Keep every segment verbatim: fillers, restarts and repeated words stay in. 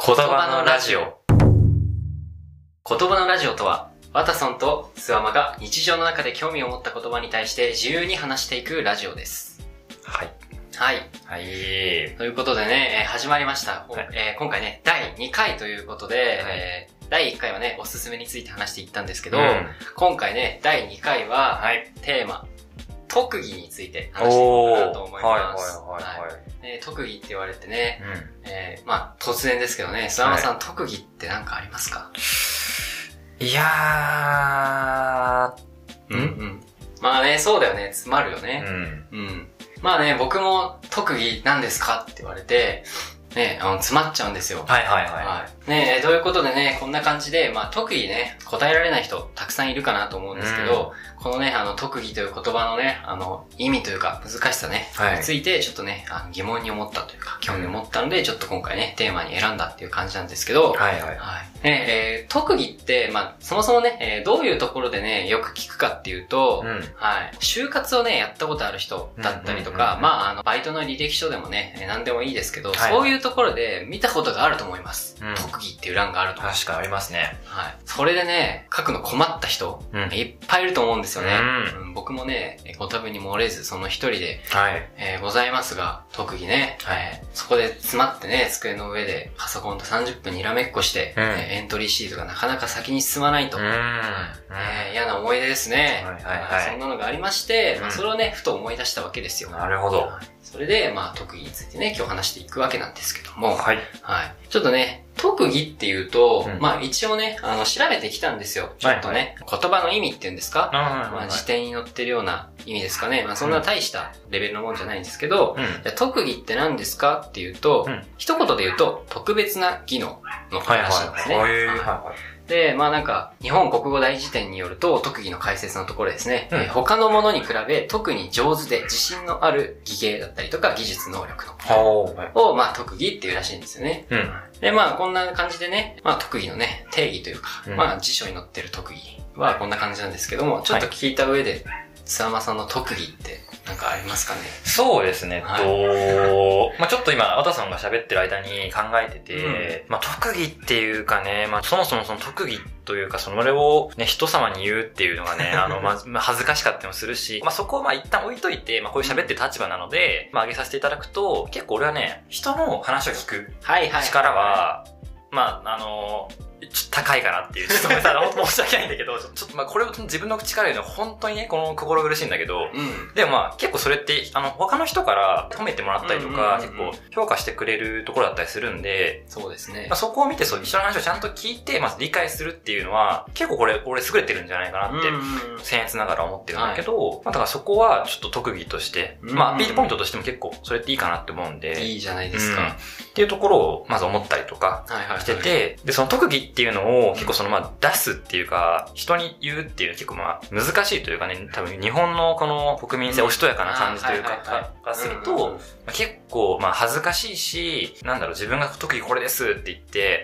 言葉のラジオ。言葉のラジオとは、ワタソンとスワマが日常の中で興味を持った言葉に対して自由に話していくラジオです。 はい。 はい。 はい。 ということでね、えー、始まりました、はいえー。今回ね、だいにかいということで、はいえー、だいいっかいはね、おすすめについて話していったんですけど、うん、今回ね、だいにかいは、はい、テーマ、特技について話していこうかなと思います。はいはいはいはい。ね、特技って言われてね、うんえー、まあ突然ですけどね、諏訪間さん、はい、特技って何かありますか？ いやー、うんうん。まあね、そうだよね、詰まるよね。うん。うん。まあね、僕も特技何ですかって言われて、ね、あの、詰まっちゃうんですよ。 はいはいはい。 はい、ねどういうことでね、こんな感じで、まあ特技ね、答えられない人たくさんいるかなと思うんですけど、うん、このね、あの、特技という言葉のね、あの、意味というか難しさね、はい、についてちょっとね、あの疑問に思ったというか、興味を持ったので、ちょっと今回ね、テーマに選んだっていう感じなんですけど、はいはい。はい。ね、えー、特技って、まあ、そもそもね、えー、どういうところでね、よく聞くかっていうと、うん、はい。就活をね、やったことある人だったりとか、まあ、あの、バイトの履歴書でもね、何でもいいですけど、はい、そういうところで見たことがあると思います。うん、特技っていう欄があると思う。 確かにありますね。 はい。それでね、書くの困った人、うん、いっぱいいると思うんですよね。うんうん、僕もね、ご多分に漏れずその一人で、はいえー、ございますが、特技ね、はい、そこで詰まってね、机の上でパソコンとさんじゅっぷんにらめっこして、うんえー、エントリーシートがなかなか先に進まないと。うんえー、嫌な思い出ですね。はいはいはい、そんなのがありまして、うんまあ、それをね、ふと思い出したわけですよ。 なるほど。 それで、まあ、特技についてね、今日話していくわけなんですけども、はい。はい。ちょっとね、特技っていうと、うん、まあ一応ね、あの、調べてきたんですよ。ちょっとね、はいはい、言葉の意味っていうんですか、まあ辞典に載ってるような意味ですかね。まあそんな大したレベルのもんじゃないんですけど、うん、じゃ特技って何ですかっていうと、うん、一言で言うと、特別な技能の話なんですね。はいはいはいはいで、まあなんか、日本国語大辞典によると、特技の解説のところですね、うんえー、他のものに比べ、特に上手で自信のある技芸だったりとか、技術能力のことを、まあ特技っていうらしいんですよね。うん、で、まあこんな感じでね、まあ特技のね、定義というか、うん、まあ辞書に載ってる特技はこんな感じなんですけども、ちょっと聞いた上で、諏訪間さんの特技ってなんかありますかね？ そうですね。はい、とまあちょっと今、ワタさんが喋ってる間に考えてて、うん、まあ特技っていうかね、まあそもそもその特技というか、それをね、人様に言うっていうのがね、あの、まあ、恥ずかしかったりもするし、まあそこをまあ一旦置いといて、まあこういう喋ってる立場なので、まあ挙げさせていただくと、結構俺はね、人の話を聞く力は、まああの、ちょっと高いかなっていう、ちょっとごめんなさい、本当申し訳ないんだけど、ちょっとまあこれを自分の力言うのは本当にね、この心苦しいんだけど、うん、でもまあ結構それって、あの、他の人から褒めてもらったりとか、結構評価してくれるところだったりするんで、 そうですね。 まあそこを見て、そう、人の話をちゃんと聞いて、まず理解するっていうのは、結構これ、俺優れてるんじゃないかなって、僭越ながら思ってるんだけど、はい、まあだからそこはちょっと特技として、まあアピールポイントとしても結構それっていいかなって思うんで、 いいじゃないですか。 うん、っていうところをまず思ったりとかしてて、はいはいはい、で、その特技っていうのを結構そのまあ出すっていうか、人に言うっていうのは結構まあ難しいというかね、多分日本のこの国民性おしとやかな感じというか、がすると、結構まあ恥ずかしいし、なんだろう自分が特技これですって言って、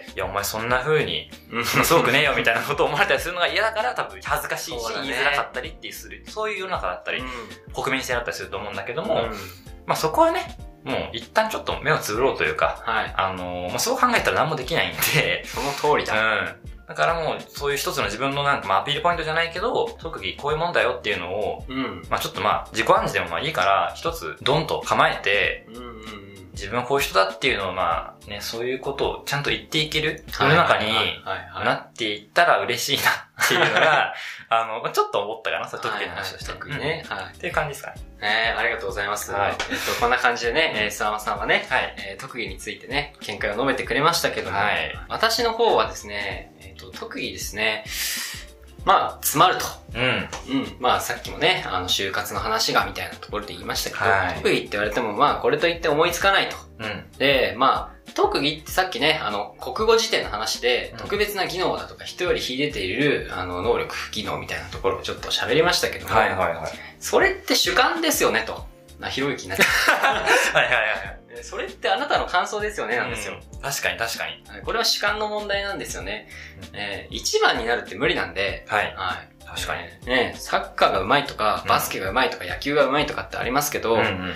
いやお前そんな風に、すごくねえよみたいなことを思われたりするのが嫌だから多分恥ずかしいし、言いづらかったりってする、そういう世の中だったり、国民性だったりすると思うんだけども、まあそこはね、もう一旦ちょっと目をつぶろうというか、はい、あのー、まあ、そう考えたら何もできないんで、 その通りだ。 うん。だからもう、そういう一つの自分のなんか、まあアピールポイントじゃないけど、特技こういうもんだよっていうのを、うん、まあちょっとまあ、自己暗示でもまあいいから、一つドンと構えて、うんうんうん、自分はこういう人だっていうのをまあ、ね、そういうことをちゃんと言っていける世の中になっていったら嬉しいなっていうのが、あの、ちょっと思ったかな、そういう特技の話をして。 特技ね。 はい。っていう感じですかね。 えー、ありがとうございます。はい。えっと、こんな感じでね、えー、諏訪間さんはね、はい、えー、特技についてね、見解を述べてくれましたけども、はい。私の方はですね、えっと、特技ですね、まあ、詰まると。うん。うん。まあ、さっきもね、あの、就活の話がみたいなところで言いましたけど、はい、特技って言われても、まあ、これといって思いつかないと。うん。で、まあ、特技ってさっきね、あの、国語辞典の話で、特別な技能だとか、人より秀でている、あの、能力、技能みたいなところをちょっと喋りましたけども、はいはいはい。それって主観ですよね、と。な、ひろゆきになっちゃう。はいはいはい。それってあなたの感想ですよね、なんですよ。 うん、確かに確かに。 これは主観の問題なんですよね。うん、えー、一番になるって無理なんで、はい。はい。 確かに。 ね、サッカーが上手いとか、バスケが上手いとか、野球が上手いとかってありますけど、うんうん、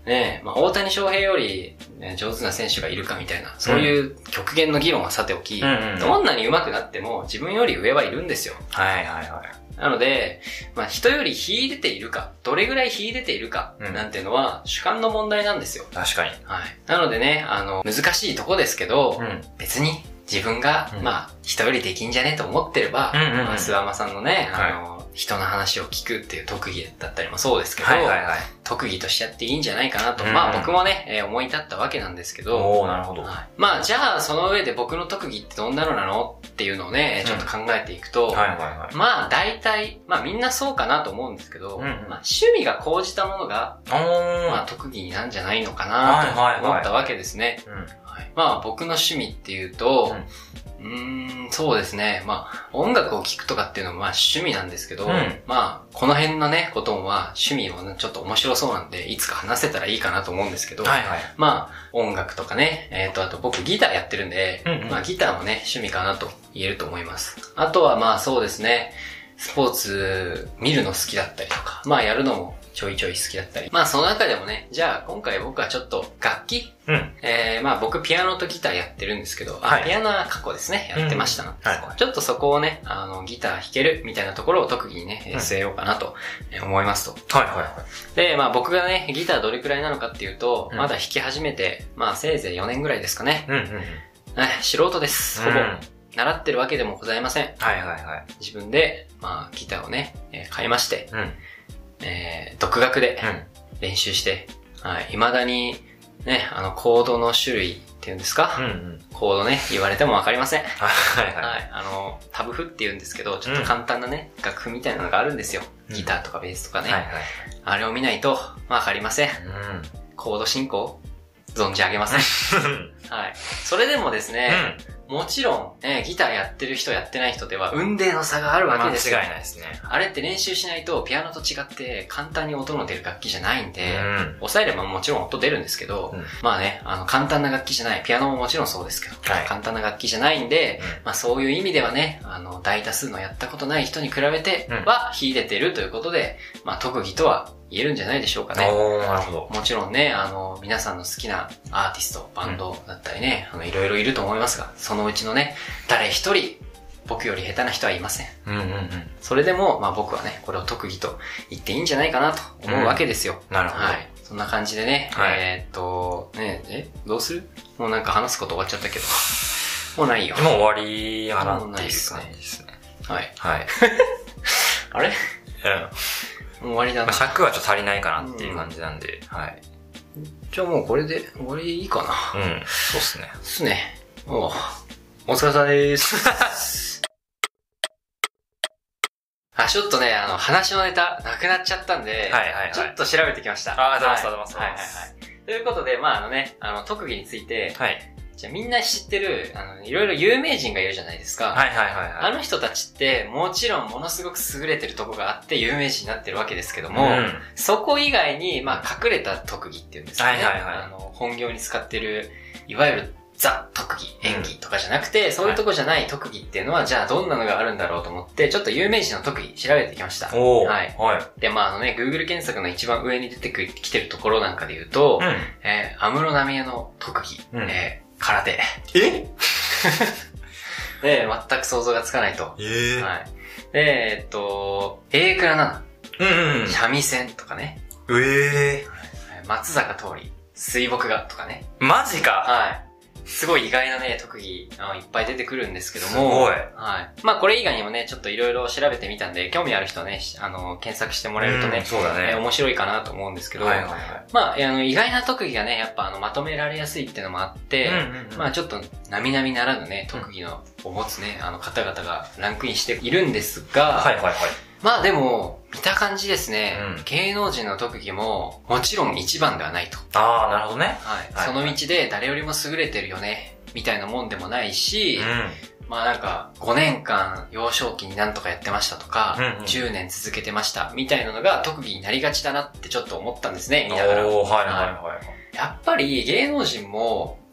ね、まあ、大谷翔平より、ね、上手な選手がいるかみたいな、そういう極限の議論はさておき、うんうんうん、どんなに上手くなっても自分より上はいるんですよ。 はいはいはい。 なので、まあ、人より秀でているか、どれぐらい秀でているか、なんていうのは主観の問題なんですよ。 確かに。 はい。なのでね、あの、難しいとこですけど、うん、別に自分が、うん、まあ、人よりできんじゃねと思ってれば、うんうんうん、まあ、諏訪間さんのね、あの、はい、人の話を聞くっていう特技だったりもそうですけど、はいはいはい、特技としてやっていいんじゃないかなと、うんうん、まあ僕もね、えー、思い立ったわけなんですけど、 おー、なるほど。はい、 まあじゃあその上で僕の特技ってどんなのなのっていうのをね、ちょっと考えていくと、うんはいはいはい、まあ大体、まあみんなそうかなと思うんですけど、うんうん、まあ趣味が高じたものが、まあ特技なんじゃないのかなと思ったわけですね。まあ僕の趣味っていうと、うんうーん、そうですね。まあ、音楽を聴くとかっていうのもまあ趣味なんですけど、うん、まあ、この辺のね、こともまあ趣味もちょっと面白そうなんで、いつか話せたらいいかなと思うんですけど、はいはい、まあ、音楽とかね、えっと、あと僕ギターやってるんで、うんうん、まあギターもね、趣味かなと言えると思います。あとはまあそうですね、スポーツ見るの好きだったりとか、まあやるのもちょいちょい好きだったり。まあその中でもね、じゃあ今回僕はちょっと楽器、うん、えー、まあ僕ピアノとギターやってるんですけど、はい、ピアノは過去ですね、やってました、うんはいはい。ちょっとそこをね、あのギター弾けるみたいなところを特技にね、うん、据えようかなと思いますと。はいはいはい。で、まあ僕がね、ギターどれくらいなのかっていうと、うん、まだ弾き始めて、まあせいぜいよねんぐらいですかね。うんうんうん、素人です、ほぼ。うん習ってるわけでもございません。はいはいはい。自分で、まあ、ギターをね、えー、買いまして、うん、えー、独学で練習して、うん、はい。未だに、ね、あの、コードの種類っていうんですか、うんうん、コードね、言われてもわかりません。はいはい。はい。あの、タブ譜って言うんですけど、ちょっと簡単なね、うん、楽譜みたいなのがあるんですよ。ギターとかベースとかね。はいはい。あれを見ないとわかりません。うん、コード進行、存じ上げません。はい。それでもですね、うんもちろん、ね、ギターやってる人やってない人では運命の差があるわけですよ。 間違いないですね。 あれって練習しないとピアノと違って簡単に音の出る楽器じゃないんで、うん、押さえればもちろん音出るんですけど、うん、まあね、あの簡単な楽器じゃない。ピアノももちろんそうですけど、はい、簡単な楽器じゃないんで、うん、まあそういう意味ではね、あの大多数のやったことない人に比べては秀でてるということで、まあ特技とは言えるんじゃないでしょうかね。 おー、なるほど。 もちろんね、あの、皆さんの好きなアーティスト、バンドだったりね、うん、あの、いろいろいると思いますが、そのうちのね、誰一人、僕より下手な人はいません。うんうんうん。それでも、まあ僕はね、これを特技と言っていいんじゃないかなと思うわけですよ。うん、なるほど。はい。そんな感じでね、はい、えー、っと、ね、え、どうする？もうなんか話すこと終わっちゃったけど。もうないよ。 もう終わりかなっていう感じですね。 はい。 はい。 あれ？ うん。 もう終わりだな。 まあ、尺はちょっと足りないかなっていう感じなんで、うん、はい。 じゃあもうこれで終わりいいかな。 うん、そうっすね。 ですね。おお疲れ様でーす。あ、ちょっとね、あの、話のネタなくなっちゃったんで、はいはいはい、ちょっと調べてきました。 あ、ありがとうございます。はいはいはい。 ということで、まああのね、あの、特技について、はい。じゃあみんな知ってる、あの、いろいろ有名人がいるじゃないですか。 はいはいはい、はい。 あの人たちって、もちろんものすごく優れてるとこがあって有名人になってるわけですけども、うん、そこ以外に、まあ隠れた特技っていうんですかね。はいはいはい。あの、本業に使ってる、いわゆるザ特技、演技とかじゃなくて、うん、そういうとこじゃない特技っていうのは、はい、じゃあどんなのがあるんだろうと思って、ちょっと有名人の特技調べてきました。 おー。 はい。はい。で、まああのね、Google 検索の一番上に出てきてるところなんかで言うと、うん、えー、安室奈美恵の特技、うん、えー空手。 えで、全く想像がつかないと。 えー、 はい。で、えっと、榮倉奈々。うんうん。三味線とかね。 ええー。松坂桃李。水墨画とかね。 マジか。 はい。すごい意外なね、特技あのいっぱい出てくるんですけども。すごい。 はい。まあこれ以外にもね、ちょっといろいろ調べてみたんで、興味ある人ね、あの、検索してもらえるとね、うん、そうだね、えー。面白いかなと思うんですけど、はいはいはい、まあ、あの、意外な特技がね、やっぱあの、まとめられやすいっていうのもあって、うんうんうん、まあちょっと、並々ならぬね、特技の、を持つね、あの方々がランクインしているんですが、 はいはいはい。 まあでも、見た感じですね、うん、芸能人の特技も、もちろん一番ではないと。 ああ、なるほどね。 はい。はい、その道で誰よりも優れてるよね。みたいなもんでもないし、うん、まあなんかごねんかん幼少期になんとかやってましたとか、うんうん、じゅうねん続けてましたみたいなのが特技になりがちだなってちょっと思ったんですね、見ながら。 おー、はいはいはい。 やっぱり芸能人も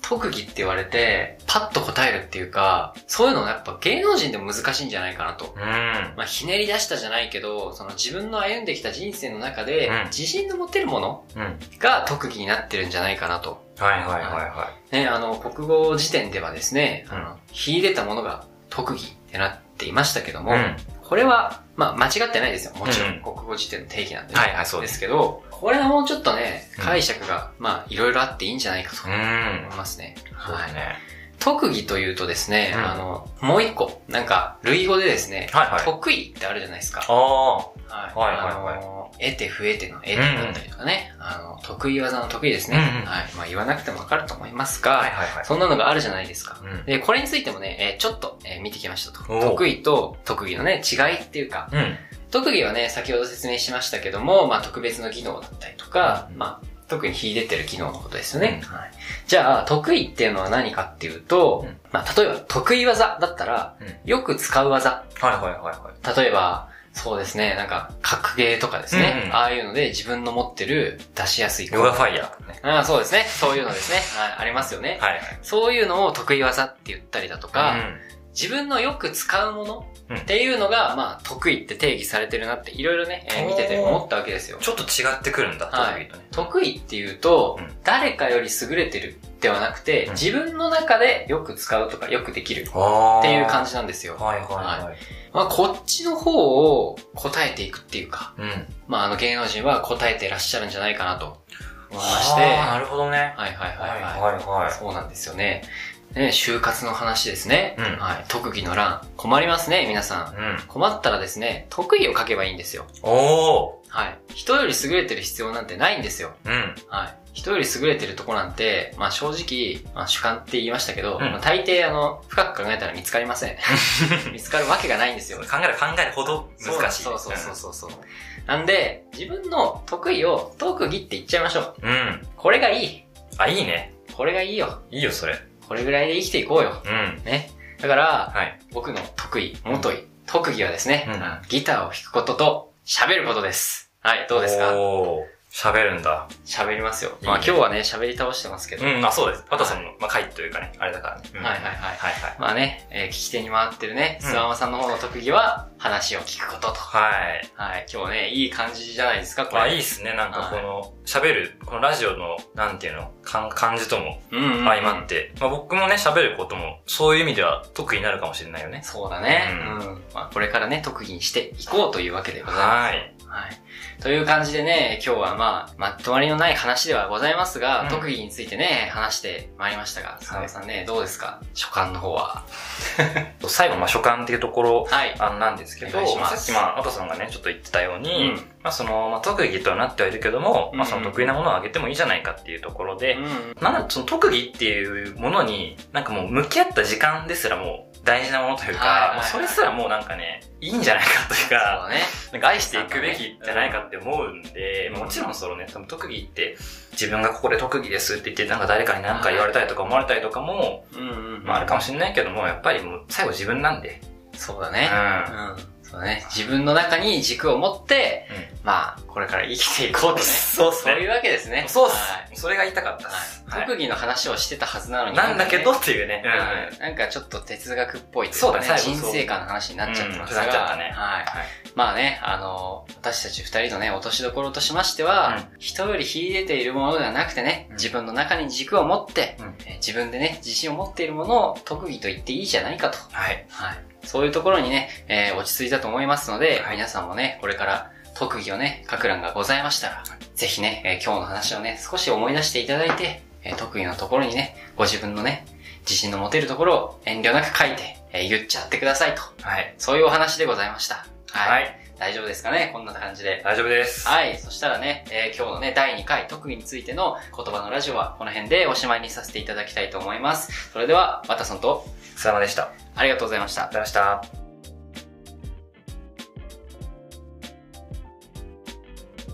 特技って言われて、パッと答えるっていうか、そういうのやっぱ芸能人でも難しいんじゃないかなと。 うん。 まあ、ひねり出したじゃないけど、その自分の歩んできた人生の中で、 うん自信の持てるものうん。 が特技になってるんじゃないかなと。 はいはいはいはね、あの、国語辞典ではですね、 うんあの、秀でたものが特技ってなっていましたけども、 うんこれは、まあ、間違ってないですよ。もちろん、 うん国語辞典の定義なんで、 はいはいそうでですすけど、これはもうちょっとね、 うん解釈が、まあ、いろいろあっていいんじゃないかとい。う思ん。 いますね。 そうだね。 特技というとですね、 うんあの、もう一個、なんか、類語でですね、 はいはい得意ってあるじゃないですか。 ああ。 はいはいはいはいあの、得て増えての得てだったりとかね、あの、得意技の得意ですね。 うんうんはい。まあ言わなくてもわかると思いますが、 はいはいはい。 そんなのがあるじゃないですか。 うん。 で、これについてもね、えーちょっと、えー見てきましたと。 おう得意と特技のね、違いっていうか、 うん。 特技はね、先ほど説明しましたけども、まあ特別の技能だったりとか、 うんまあ、特に秀でてる技能のことですよね。 うんはい、じゃあ、得意っていうのは何かっていうと、 うんまあ、例えば得意技だったら、 うんよく使う技。 はいはいはいはい。 例えば、そうですね、なんか、格ゲーとかですね。 うんうんああいうので自分の持ってる出しやすいヨガファイヤーね。 ああ、そうですね。そういうのですね。はい、ありますよね。 はいはい。 そういうのを得意技って言ったりだとか、 うん自分のよく使うものうんっていうのが、まあ、得意って定義されてるなって、いろいろね、えー見てて思ったわけですよ。 ちょっと違ってくるんだ、 はい特技とね。 得意っていうと、 うん誰かより優れてるではなくて、 うん自分の中でよく使うとかよくできるっああ。 ていう感じなんですよ。 はいはいはい。 まあ、こっちの方を答えていくっていうか、 うん。 まあ、あの芸能人は答えてらっしゃるんじゃないかなと思いまして、 ああ、なるほどね。 はいはいはいはい。 はいはいはい。 そうなんですよね。ね、就活の話ですね。 うんはい。特技の欄。困りますね、皆さん。 うん。 困ったらですね、得意を書けばいいんですよ。 おー。 はい。人より優れてる必要なんてないんですよ。 うん。 はい。人より優れてるとこなんて、まあ正直、まあ主観って言いましたけど、 うんまあ、大抵あの、深く考えたら見つかりません。見つかるわけがないんですよ。 考える考えるほど難しい。 そうそうそうそうそう。なんで、自分の得意を特技って言っちゃいましょう。 うん。 これがいい。 あ、いいね。 これがいいよ。 いいよ、それ。 これぐらいで生きていこうよ。 うん。 ね。だから、 はい。 僕の得意、もとい、特技はですね、 うんギターを弾くことと喋ることです。はい、どうですか？ おー。喋るんだ。 喋りますよ。 いいねまあ今日はね、喋り倒してますけど。 うん、あ、そうです。パタさんの、まあ、回というかね、あれだからね。うんはいはいはいはいはい。 まあね、えー聞き手に回ってるね、 うん諏訪間さんの方の特技は、話を聞くことと。 はい。 はい、今日ね、いい感じじゃないですか、これ。 まあいいっすね。なんかこの、喋る、このラジオの、なんていうの、かん感じともうんうんうん。 相まって、まあ僕もね、喋ることも、そういう意味では得意になるかもしれないよね。 そうだね。 ううん。まあこれからね、特技にしていこうというわけでございます。 はい。 はい。という感じでね、今日はまあ、まとまりのない話ではございますが、 うん特技についてね、話してまいりましたが、佐野さんね、どうですか？所感の方は。 最後、まあ所感っていうところ、 はい。 あのなんですけど、 お願いしますさっきまあ、アトさんがね、ちょっと言ってたように、 うんまあその、まあ特技とはなってはいるけども、まあそうんの得意なものをあげてもいいじゃないかっていうところで、 うん。 なんだ、その特技っていうものに、なんかもう向き合った時間ですらもう大事なものというか、 はいはいはいもうそれすらもうなんかね、いいんじゃないかというそうか、 だね。 なんか愛していくべきじゃないかって思うんで、 うんもちろんそのね、多分特技って、自分がここで特技ですって言って、なんか誰かに何か言われたりとか思われたりとかも、 うんうんうん。 まああるかもしれないけども、やっぱりもう最後自分なんで。 そうだね。 ううん。そうだね。自分の中に軸を持って、まあ、これから生きていこうとね。 そうっすねそういうわけですね。 そうっす、 はいそれが言いたかったっはいす。はい特技の話をしてたはずなのに。 なんだけどっていうね。 うんなんかちょっと哲学っぽいというそうかね、 だね最後そう人生観の話になっちゃってますが、 うんなっちゃったねはい。 はい。 まあね、あの、私たち二人のね、落としどころとしましては、 う人より秀でているものではなくてね、 うん自分の中に軸を持って、 うんえー自分でね、自信を持っているものを特技と言っていいじゃないかと。 はい。 はい。そういうところにね、えー落ち着いたと思いますので、 はい皆さんもね、これから特技をね、書く欄がございましたら、ぜひね、えー今日の話をね、少し思い出していただいて、えー特技のところにね、ご自分のね、自信の持てるところを遠慮なく書いて、えー言っちゃってくださいと。 はい。 そういうお話でございました。はい。 はい。 大丈夫ですかねこんな感じで。 大丈夫です。 はい。そしたらね、えー今日のね、だいにかい特技についての言葉のラジオはこの辺でおしまいにさせていただきたいと思います。それでは、ワタソンと、 さよならでした。ありありがとうございましたがとうございました。